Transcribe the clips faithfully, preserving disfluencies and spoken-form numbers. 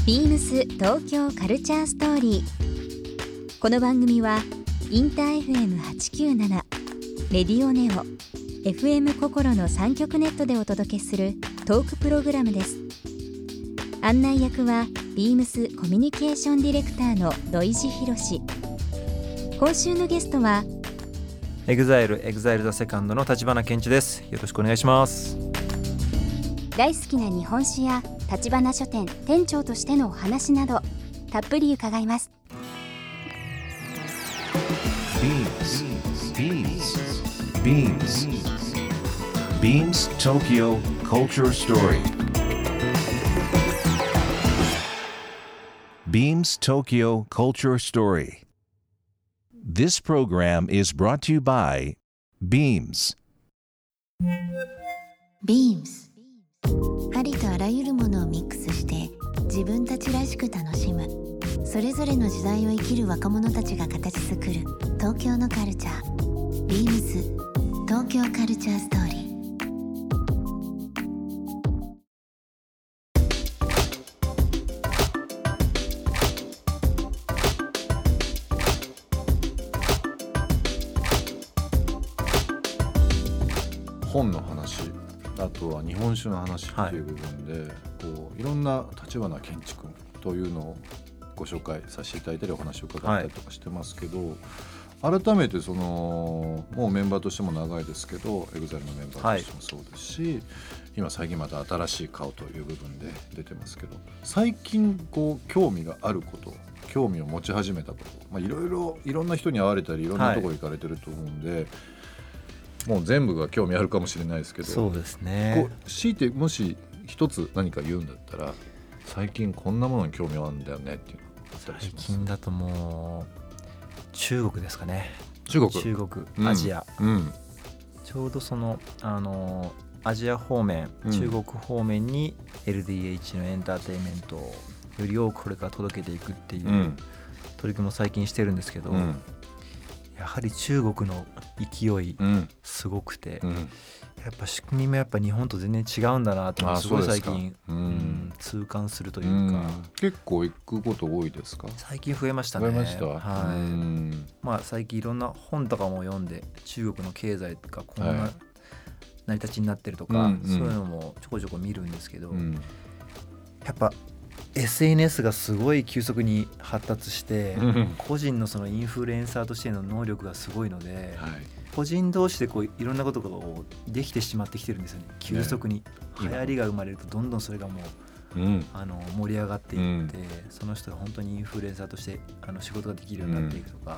ビームス東京カルチャーストーリー。この番組はインター エフエムはちきゅうなな、レディオネオ、エフエム 心のさん局ネットでお届けするトークプログラムです。案内役はビームスコミュニケーションディレクターの土井博志。今週のゲストはエグザイル、エグザイルザセカンドの立花健一です。よろしくお願いします。 大好きな日本酒や立花書店店長としてのお話などたっぷり伺います。 ビームス ビームス ビームス ビームス Tokyo Culture Story Beams Tokyo Culture Story. This program is brought to you by Beams. Beams ありとあらゆるものをミックスして自分たちらしく楽しむ、それぞれの時代を生きる若者たちが形作る東京のカルチャー。 Beams 東京カルチャーストーリー。 本の話、あとは日本酒の話っていう部分で、はい、こういろんな立花健一君というのをご紹介させていただいたりお話を伺ったりとかしてますけど、はい、改めてそのもうメンバーとしても長いですけど エグザイル のメンバーとしてもそうですし、はい、今最近また新しい顔という部分で出てますけど、最近こう興味があること、興味を持ち始めたこと、まあ、いろいろいろんな人に会われたりいろんなところ行かれてると思うんで、はい、もう全部が興味あるかもしれないですけど、 そうですね、 こう強いてもし一つ何か言うんだったら最近こんなものに興味あるんだよねっていうのあったりします？ 最近だともう中国ですかね。 中国、 中国、アジア、 うんうん、 ちょうどそのあのアジア方面、うん、中国方面に エルディーエイチ のエンターテインメントをより多くこれから届けていくっていう取り組みも最近してるんですけど、うん、やはり中国の勢いすごくて、うんうん、やっぱ仕組みもやっぱ日本と全然違うんだなってすごい最近、うんうん、痛感するというか、うん、 結構行くこと多いですか？最近増えましたね。 増えました、 はい、うん、まあ、最近いろんな本とかも読んで中国の経済がこんな成り立ちになってるとか、はい、そういうのもちょこちょこ見るんですけど、うん、やっぱエスエヌエス がすごい急速に発達して、うん、個人のそのインフルエンサーとしての能力がすごいので、はい、個人同士でこういろんなことができてしまってきてるんですよね。急速に、ね、流行りが生まれるとどんどんそれがもう、うん、あの盛り上がっていって、うん、その人が本当にインフルエンサーとしてあの仕事ができるようになっていくとか、うん、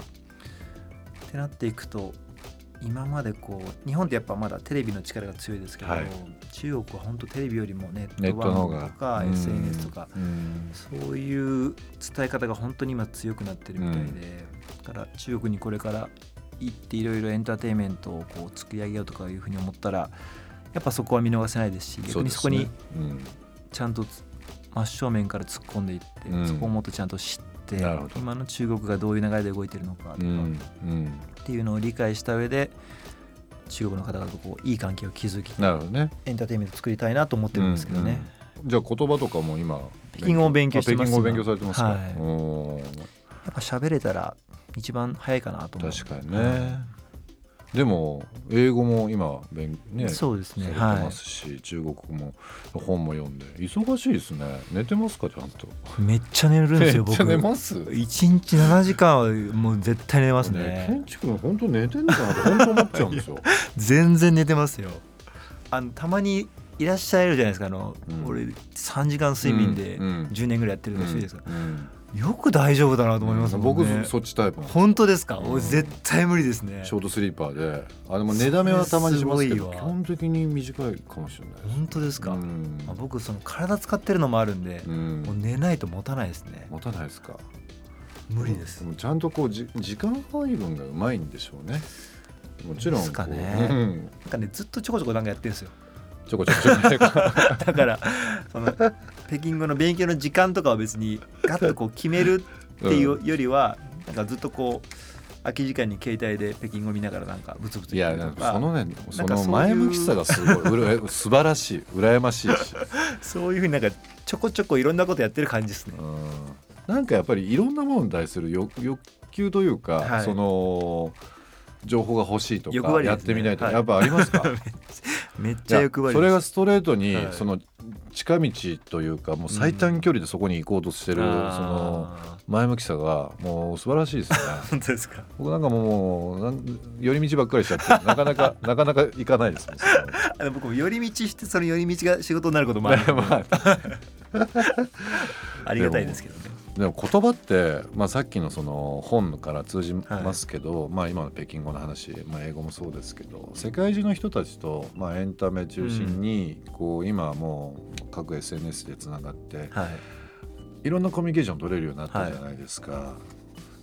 ってなっていくと今までこう日本ってやっぱまだテレビの力が強いですけど、はい、中国は本当テレビよりもネット番組とか エスエヌエス とか、うん、そういう伝え方が本当に今強くなってるみたいで、うん、だから中国にこれから行っていろいろエンターテインメントをこう作り上げようとかいうふうに思ったらやっぱそこは見逃せないですし、逆にそこにちゃんと真正面から突っ込んでいって、うん、そこをもっとちゃんと知って今の中国がどういう流れで動いてるのかとか、うんうん、っていうのを理解した上で中国の方々とこういい関係を築き、なるほどね、エンターテインメント作りたいなと思ってるんですけどね、 うんうん、じゃあ言葉とかも今北京語を勉強してます。 北京語を勉強されてますか？はい、 おやっぱ喋れたら一番早いかなと思う。 確かにね、はい、でも英語も今勉、ね、 そうですね、 されてますし、はい、中国語も本も読んで忙しいですね。寝てますか？ちゃんとめっちゃ寝るんですよ。僕めっちゃ寝ます。 いちにちななじかんはもう絶対寝ますね。 健一君本当寝てんのかなって本当思っちゃうんですよ全然寝てますよ。あのたまにいらっしゃるじゃないですか。あの、うん、俺さんじかん睡眠でじゅうねんぐらいやってるらしいですが、うんうんうん、よく大丈夫だなと思いますもんね、 うん、僕そっちタイプ。 本当ですか？うん、俺絶対無理ですね。 ショートスリーパーで、あでも寝だめはたまにしますけど基本的に短いかもしれないです。 本当ですか？うん、まあ、僕その体使ってるのもあるんで、うん、もう寝ないと持たないですね。 持たないですか？ 無理です。 でもちゃんとこうじ時間配分がうまいんでしょうね。もちろんですかね、うん、なんかねずっとちょこちょこなんかやってるんですよ。 ちょこちょこちょこだからその北京語の勉強の時間とかは別にガッとこう決めるっていうよりは、なんかずっとこう空き時間に携帯で北京語見ながらなんかブツブツ言ってるとか。いや、 そのね、その前向きさがすごい素晴らしい、羨ましいしそういうふうになんかちちょこちょこいろんなことやってる感じですね。 うん、なんかやっぱりいろんなものに対する 欲, 欲求というか、はい、その情報が欲しいとか、ね、やってみたいとかやっぱありますか？ めっちゃ欲張りです。 それがストレートに、はい、その近道というかもう最短距離でそこに行こうとしてる、うん、その前向きさがもう素晴らしいですね。 本当ですか？僕なんかもうなん寄り道ばっかりしちゃってなかなかなかなか行かないですもん。 あの僕も寄り道してその寄り道が仕事になることもある、まあ、ありがたいですけどね。 でも言葉って、まあ、さっきのその本から通じますけど、はい、まあ、今の北京語の話、まあ、英語もそうですけど世界中の人たちと、まあ、エンタメ中心にこう今はもう各 エスエヌエス でつながって、はい、いろんなコミュニケーション取れるようになったじゃないですか、はい、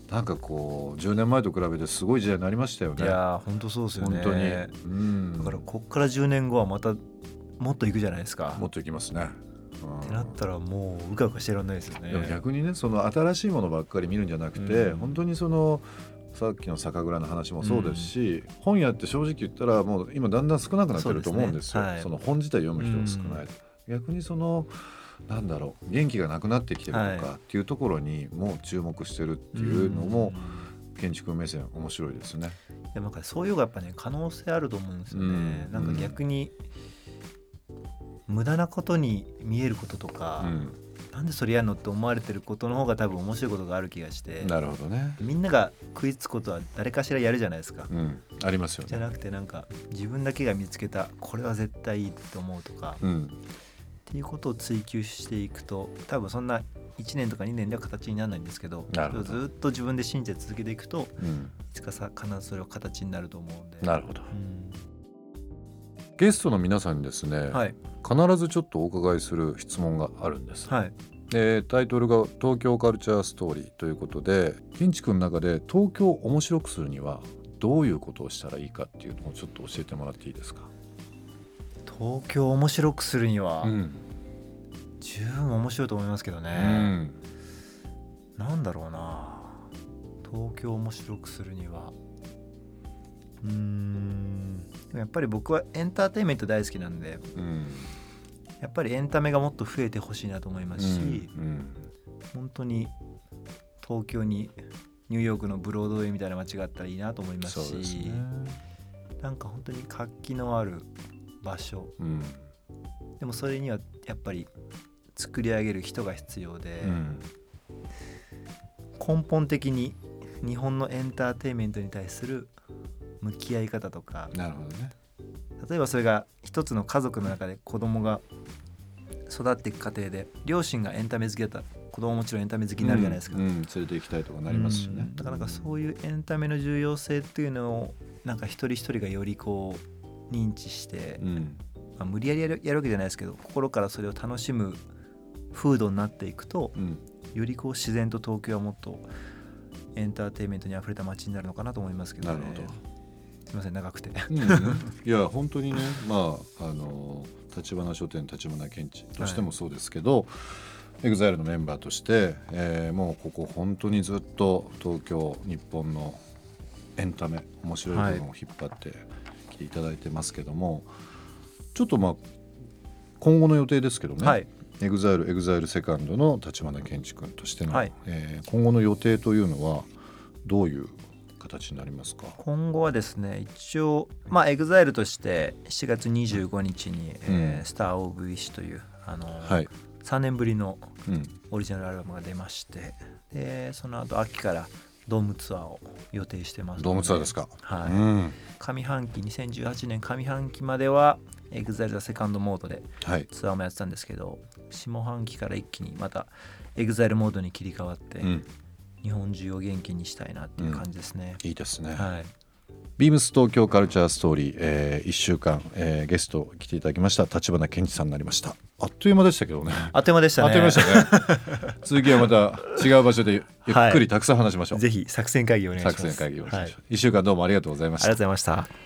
なんかこうじゅうねんまえと比べてすごい時代になりましたよね。 いや本当そうですよね。 本当に、うん、 だからこっからじゅうねんごはまたもっといくじゃないですか。 もっといきますね。 ってなったらもううかうかしてらんないですよね。 でも逆にねその新しいものばっかり見るんじゃなくて、うん、本当にそのさっきの酒蔵の話もそうですし、うん、本屋って正直言ったらもう今だんだん少なくなってると思うんですよ。 そ, です、ねはい、その本自体読む人が少ない、うん、逆にそのなんだろう元気がなくなってきてるとかっていうところにもう注目してるっていうのも、うん、建築目線面白いですね。 いやなんかそういうのがやっぱね可能性あると思うんですよね、うん、なんか逆に、うん、無駄なことに見えることとか、うん、なんでそれやるのって思われてることの方が多分面白いことがある気がして。 なるほどね。 みんなが食いつくことは誰かしらやるじゃないですか、 うん、ありますよね。 じゃなくてなんか自分だけが見つけたこれは絶対いいと思うとか、うん、っていうことを追求していくと多分そんないちねんとかにねんでは形にならないんですけど、 なるほどずっと自分で信じて続けていくと、うん、いつかさ必ずそれは形になると思うんで。 なるほど、うん、ゲストの皆さんにですね、はい、必ずちょっとお伺いする質問があるんです、はい、でタイトルが東京カルチャーストーリーということで建築の中で東京を面白くするにはどういうことをしたらいいかっていうのをちょっと教えてもらっていいですか？ 東京を面白くするには、うん、十分面白いと思いますけどね、うん、なんだろうな東京を面白くするにはうーんやっぱり僕はエンターテインメント大好きなんで、うん、やっぱりエンタメがもっと増えてほしいなと思いますし、うんうん、本当に東京にニューヨークのブロードウェイみたいな街があったらいいなと思いますし、そうですね、なんか本当に活気のある場所、うん、でもそれにはやっぱり作り上げる人が必要で、うん、根本的に日本のエンターテインメントに対する向き合い方とか、 なるほどね、 例えばそれが一つの家族の中で子供が育っていく過程で両親がエンタメ好きだったら子供ももちろんエンタメ好きになるじゃないですか、 うんうん、連れて行きたいとかなりますしね、うん、 だからなんかそういうエンタメの重要性っていうのをなんか一人一人がよりこう認知して、うんまあ、無理やりやる、やるわけじゃないですけど心からそれを楽しむ風土になっていくと、うん、よりこう自然と東京はもっとエンターテインメントにあふれた街になるのかなと思いますけどね。 なるほど、 すいません長くて、 うん、いや本当にね、まああの立花書店立花建地としてもそうですけど、はい、エグザイルのメンバーとして、えー、もうここ本当にずっと東京日本のエンタメ面白い部分を引っ張ってきていただいてますけども、はい、ちょっとまあ今後の予定ですけどね、はい、エグザイルエグザイルセカンドの立花建地君としての、はいえー、今後の予定というのはどういう形になりますか？ 今後はですね一応、まあ、エグザイルとしてしちがつにじゅうごにちに、うんえー、スター・オブ・ウィッシュという、あのーはい、さんねんぶりのオリジナルアルバムが出まして、でその後秋からドームツアーを予定してますので。 ドームツアーですか？ はい、うん、上半期にせんじゅうはちねん上半期まではエグザイルがセカンドモードでツアーもやってたんですけど、はい、下半期から一気にまたエグザイルモードに切り替わって、うん日本中を元気にしたいなっていう感じですね、 うん、いいですね、 はい、 ビームス東京カルチャーストーリー、えー、いっしゅうかん、えー、ゲスト来ていただきました立花建地さんになりました。あっという間でしたけどね。 あっという間でしたね。 あっという間でしたね続きはまた違う場所でゆっくりたくさん話しましょう、 はい、ぜひ作戦会議お願いします。 作戦会議お願いします、はい、いっしゅうかんどうもありがとうございました。 ありがとうございました。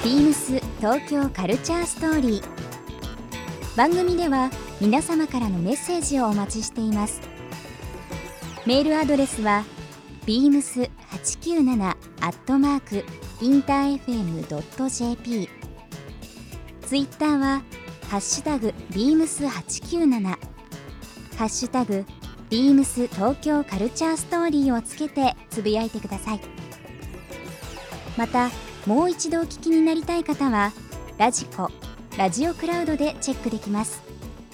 ビームス東京カルチャーストーリー、番組では皆様からのメッセージをお待ちしています。メールアドレスは ビームスはちきゅうなな アットマーク インターエフエム ドット ジェーピー、 ツイッターはハッシュタグビームスはちきゅうなな、ハッシュタグビームス東京カルチャーストーリーをつけてつぶやいてください。またもう一度お聞きになりたい方はラジコ、ラジオクラウドでチェックできます。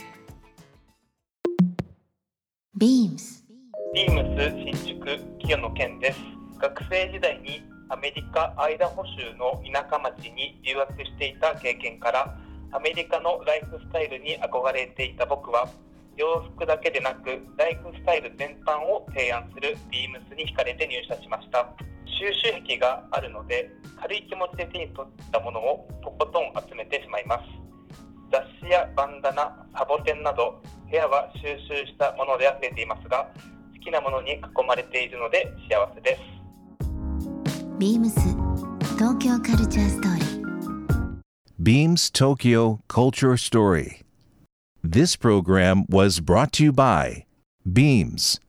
ビームスビームス新宿清野健です。学生時代にアメリカアイダホ州の田舎町に留学していた経験から、アメリカのライフスタイルに憧れていた僕は、洋服だけでなくライフスタイル全般を提案するビームスに惹かれて入社しました。収集癖があるので、軽い気持ちで手に取ったものをとことん集めてしまいます。雑誌やバンダナ、サボテンなど部屋は収集したもので溢れていますが、好きなものに囲まれているので幸せです。 ビームス東京カルチャーストーリー Beams Tokyo Culture Story. This program was brought to you by Beams.